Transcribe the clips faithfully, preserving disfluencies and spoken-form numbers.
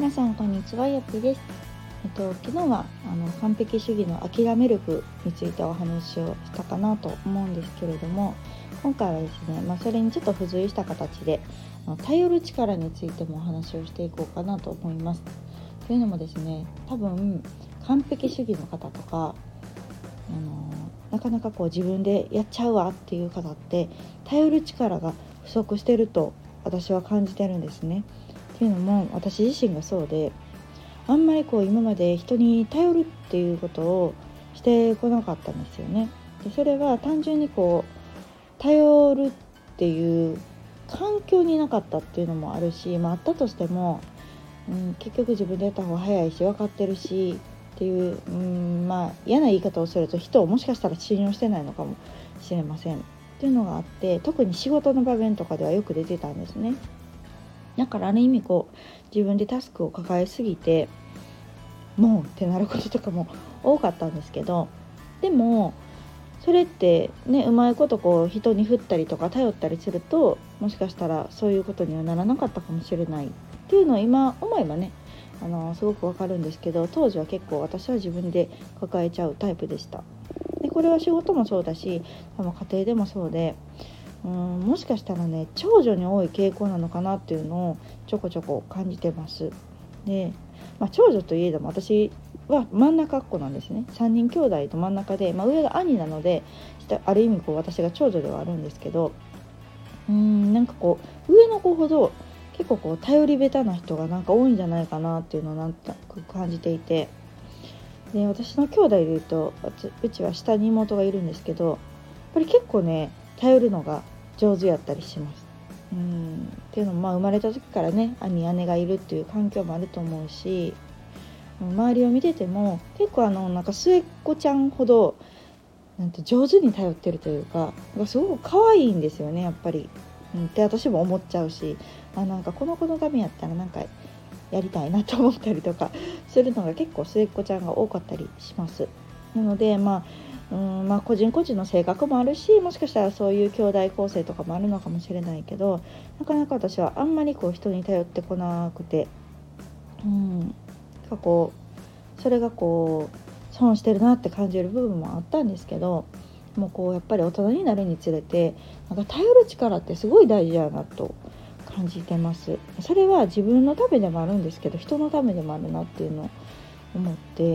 皆さんこんにちは、よっぴです。えっと、昨日はあの完璧主義の諦め力についてお話をしたかなと思うんですけれども、今回はですね、まあ、それにちょっと付随した形であの頼る力についてもお話をしていこうかなと思います。というのもですね、多分完璧主義の方とか、あのなかなかこう自分でやっちゃうわっていう方って頼る力が不足してると私は感じてるんですね。っていうのも私自身がそうで、あんまりこう今まで人に頼るっていうことをしてこなかったんですよね。でそれは単純にこう頼るっていう環境になかったっていうのもあるし、まあ、あったとしても、うん、結局自分でやった方が早いし分かってるしっていう、うん、まあ嫌な言い方をすると人をもしかしたら信用してないのかもしれませんっていうのがあって、特に仕事の場面とかではよく出てたんですね。だからある意味こう自分でタスクを抱えすぎてもうってなることとかも多かったんですけど、でもそれってね、うまいことこう人に振ったりとか頼ったりすると、もしかしたらそういうことにはならなかったかもしれないっていうのを今思えばね、あのすごくわかるんですけど、当時は結構私は自分で抱えちゃうタイプでした。でこれは仕事もそうだし、多分家庭でもそうで、うーんもしかしたらね長女に多い傾向なのかなっていうのをちょこちょこ感じてます。で、まあ、長女といえども私は真ん中っ子なんですね。さんにん兄弟と真ん中で、まあ、上が兄なのである意味こう私が長女ではあるんですけど、うーんなんかこう上の子ほど結構こう頼り下手な人がなんか多いんじゃないかなっていうのをなんとなく感じていて、で私の兄弟でいうとうちは下に妹がいるんですけど、やっぱり結構ね頼るのが上手やったりします。うんっていうのも、まあ生まれた時からね兄姉がいるっていう環境もあると思うし、周りを見てても結構あのなんか末っ子ちゃんほどなんて上手に頼ってるというか、なんかすごく可愛いんですよねやっぱり、うん、って私も思っちゃうし、あなんかこの子のためやったらなんかやりたいなと思ったりとかするのが結構末っ子ちゃんが多かったりします。なのでまあうんまあ個人個人の性格もあるし、もしかしたらそういう兄弟構成とかもあるのかもしれないけど、なかなか私はあんまりこう人に頼ってこなくて、うんなんかこうそれがこう損してるなって感じる部分もあったんですけど、もうこうやっぱり大人になるにつれてなんか頼る力ってすごい大事だなと感じてます。それは自分のためでもあるんですけど、人のためでもあるなっていうのを思って、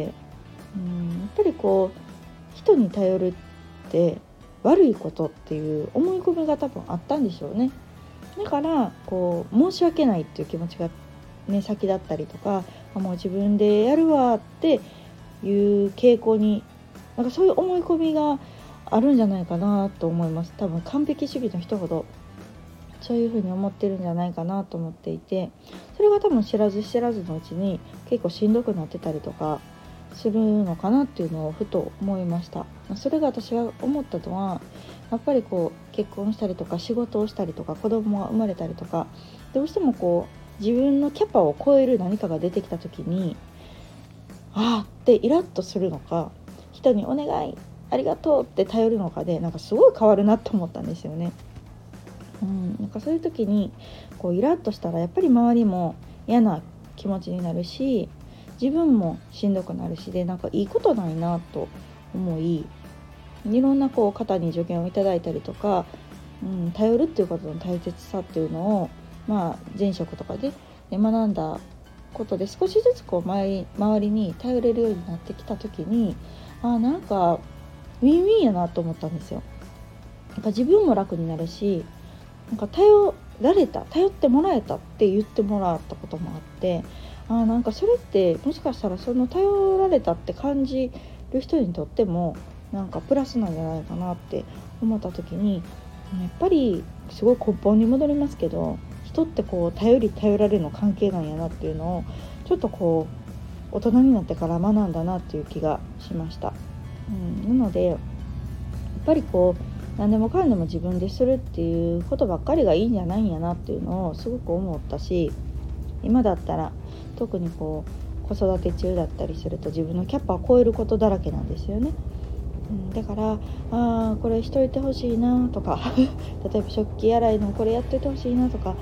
うんやっぱりこう人に頼るって悪いことっていう思い込みが多分あったんでしょうね。だからこう申し訳ないっていう気持ちがね先だったりとか、もう自分でやるわっていう傾向に、なんかそういう思い込みがあるんじゃないかなと思います。多分完璧主義の人ほどそういうふうに思ってるんじゃないかなと思っていて、それが多分知らず知らずのうちに結構しんどくなってたりとかするのかなっていうのをふと思いました。それが私が思ったのは、やっぱりこう結婚したりとか仕事をしたりとか子供が生まれたりとか、どうしてもこう自分のキャパを超える何かが出てきた時にあーってイラッとするのか、人にお願いありがとうって頼るのかでなんかすごい変わるなと思ったんですよね。うん、なんかそういう時にこうイラッとしたらやっぱり周りも嫌な気持ちになるし、自分もしんどくなるしで、なんかいいことないなと思い、いろんなこう方に助言をいただいたりとか、うん、頼るっていうことの大切さっていうのを、まあ、前職とかで学んだことで少しずつこう周り、周りに頼れるようになってきた時に、あなんかウィンウィンやなと思ったんですよ。なんか自分も楽になるし、なんか頼られた頼ってもらえたって言ってもらったこともあって、あなんかそれってもしかしたらその頼られたって感じる人にとってもなんかプラスなんじゃないかなって思った時に、やっぱりすごい根本に戻りますけど、人ってこう頼り頼られの関係なんやなっていうのをちょっとこう大人になってから学んだなっていう気がしました。うん、なのでやっぱりこう何でもかんでも自分でするっていうことばっかりがいいんじゃないんやなっていうのをすごく思ったし、今だったら特にこう子育て中だったりすると自分のキャパを超えることだらけなんですよね。うん、だからあこれしといてほしいなとか例えば食器洗いのこれやっておいてほしいなとか、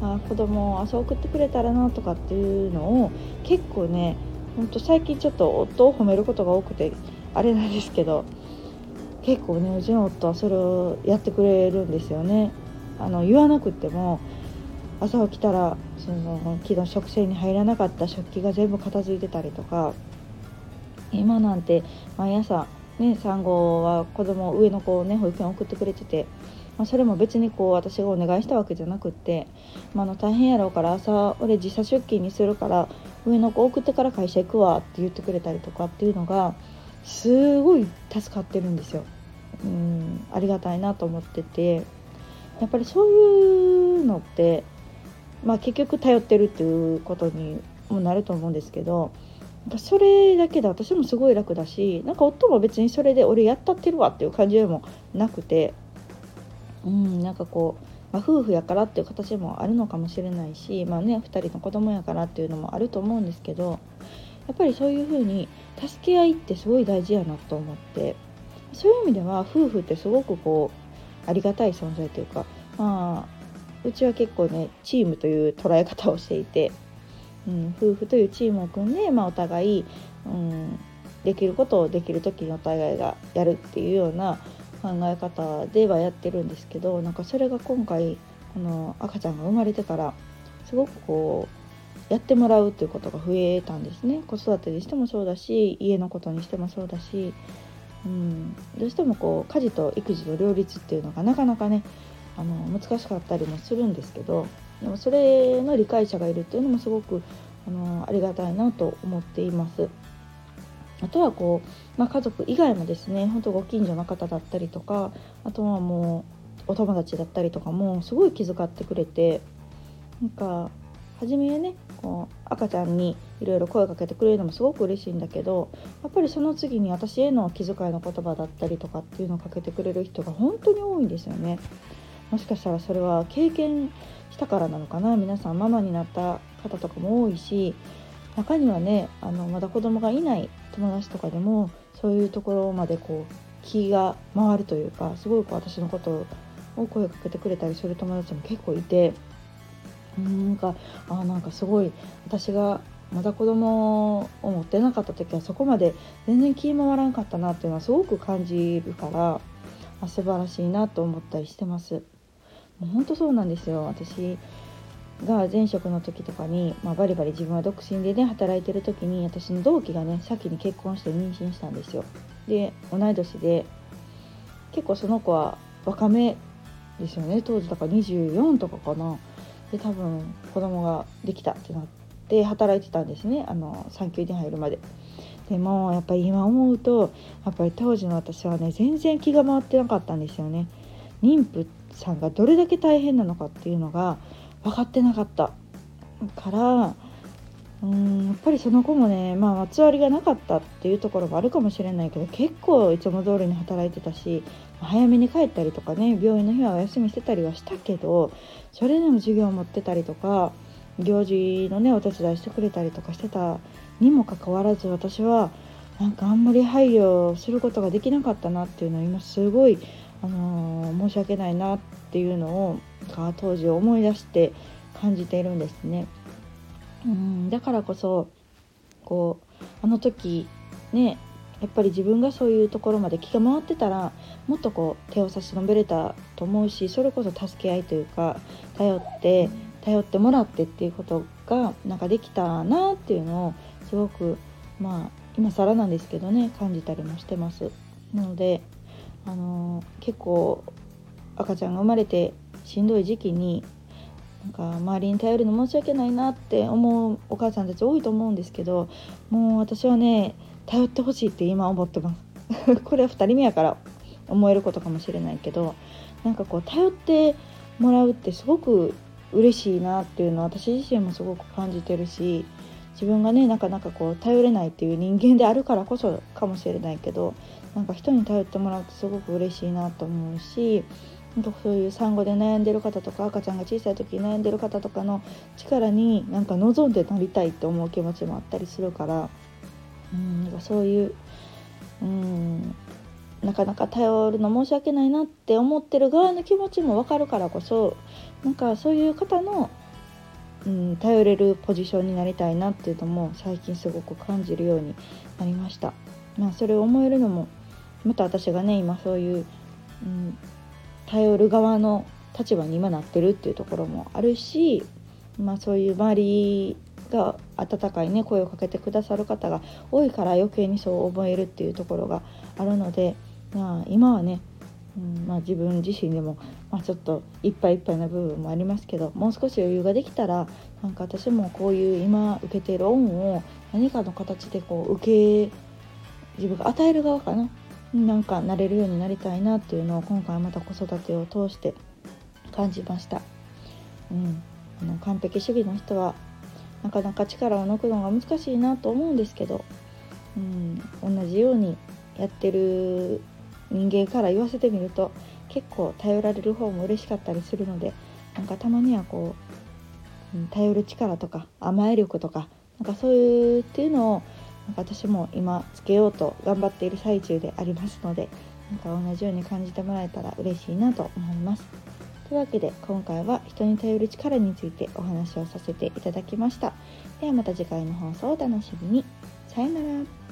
あ子供を朝送ってくれたらなとかっていうのを結構ね、ほんと最近ちょっと夫を褒めることが多くてあれなんですけど、結構ねうちの夫はそれをやってくれるんですよね。あの言わなくっても朝起きたらその昨日食洗に入らなかった食器が全部片付いてたりとか、今なんて毎朝ね産後は子供上の子をね保育園送ってくれてて、まあ、それも別にこう私がお願いしたわけじゃなくって、まあ、あの大変やろうから朝俺時差出勤にするから上の子送ってから会社行くわって言ってくれたりとかっていうのがすごい助かってるんですよ。うんありがたいなと思ってて、やっぱりそういうのって、まあ、結局頼ってるっていうことにもなると思うんですけど、それだけで私もすごい楽だし、なんか夫も別にそれで俺やったってるわっていう感じでもなくて、うんなんかこう、まあ、夫婦やからっていう形もあるのかもしれないし、まあねふたりの子供やからっていうのもあると思うんですけど、やっぱりそういう風に助け合いってすごい大事やなと思って、そういう意味では夫婦ってすごくこうありがたい存在というか、まあうちは結構ねチームという捉え方をしていて、うん、夫婦というチームを組んで、まあ、お互い、うん、できることをできる時にお互いがやるっていうような考え方ではやってるんですけど、なんかそれが今回この赤ちゃんが生まれてからすごくこうやってもらうっていうことが増えたんですね。子育てにしてもそうだし家のことにしてもそうだし、うん、どうしてもこう家事と育児の両立っていうのがなかなかねあの難しかったりもするんですけど、でもそれの理解者がいるっていうのもすごくあのありがたいなと思っています。あとはこう、まあ、家族以外もですね、本当ご近所の方だったりとか、あとはもうお友達だったりとかもすごい気遣ってくれて、なんか初めはねこう赤ちゃんにいろいろ声をかけてくれるのもすごく嬉しいんだけど、やっぱりその次に私への気遣いの言葉だったりとかっていうのをかけてくれる人が本当に多いんですよね。もしかしたらそれは経験したからなのかな。皆さんママになった方とかも多いし、中にはねあのまだ子供がいない友達とかでもそういうところまでこう気が回るというか、すごいこう私のことを声をかけてくれたりする友達も結構いて、なんかあなんかすごい私がまだ子供を持ってなかった時はそこまで全然気回らんかったなっていうのはすごく感じるから、あ素晴らしいなと思ったりしてます。もう本当そうなんですよ。私が前職の時とかに、まあ、バリバリ自分は独身でね働いてる時に私の同期がね先に結婚して妊娠したんですよ。で同い年で結構その子は若めですよね。当時だからにじゅうよんとかかな。で多分子供ができたってなって働いてたんですね、あの産休に入るまで。でもやっぱり今思うとやっぱり当時の私はね全然気が回ってなかったんですよね。妊婦さんがどれだけ大変なのかっていうのが分かってなかったから、うーんやっぱりその子もね、まあまつわりがなかったっていうところもあるかもしれないけど、結構いつも通りに働いてたし、早めに帰ったりとかね病院の日はお休みしてたりはしたけど、それでも授業を持ってたりとか行事のねお手伝いしてくれたりとかしてたにもかかわらず、私はなんかあんまり配慮することができなかったなっていうのを今すごい、あのー申し訳ないなっていうのを当時思い出して感じているんですね。うんだからこそこうあの時ねやっぱり自分がそういうところまで気が回ってたらもっとこう手を差し伸べれたと思うし、それこそ助け合いというか頼って頼ってもらってっていうことがなんかできたなっていうのをすごくまあ今更なんですけどね感じたりもしてます。なのであのー結構赤ちゃんが生まれてしんどい時期になんか周りに頼るの申し訳ないなって思うお母さんたち多いと思うんですけど、もう私はね頼ってほしいって今思ってますこれはふたりめやから思えることかもしれないけど、なんかこう頼ってもらうってすごく嬉しいなっていうのは私自身もすごく感じてるし、自分がねなかなかこう頼れないっていう人間であるからこそかもしれないけど、なんか人に頼ってもらうとすごく嬉しいなと思うし、そういう産後で悩んでる方とか赤ちゃんが小さい時に悩んでる方とかの力になんか望んでなりたいって思う気持ちもあったりするから、うんなんかそういううんなかなか頼るの申し訳ないなって思ってる側の気持ちも分かるからこそ、なんかそういう方のうん、頼れるポジションになりたいなっていうのも最近すごく感じるようになりました。まあ、それを思えるのもまた私がね今そういう、うん、頼る側の立場に今なってるっていうところもあるし、まあ、そういう周りが温かいね声をかけてくださる方が多いから余計にそう思えるっていうところがあるので、まあ、今はね、うんまあ、自分自身でも、まあ、ちょっといっぱいいっぱいな部分もありますけど、もう少し余裕ができたらなんか私もこういう今受けている恩を何かの形でこう受け自分が与える側かななんかなれるようになりたいなっていうのを今回また子育てを通して感じました。うん、あの完璧主義の人はなかなか力を抜くのが難しいなと思うんですけど、うん、同じようにやってる人間から言わせてみると結構頼られる方も嬉しかったりするので、なんかたまにはこう、うん、頼る力とか甘え力とかなんかそういうっていうのをなんか私も今つけようと頑張っている最中でありますので、なんか同じように感じてもらえたら嬉しいなと思います。というわけで今回は人に頼る力についてお話をさせていただきました。ではまた次回の放送をお楽しみに。さよなら。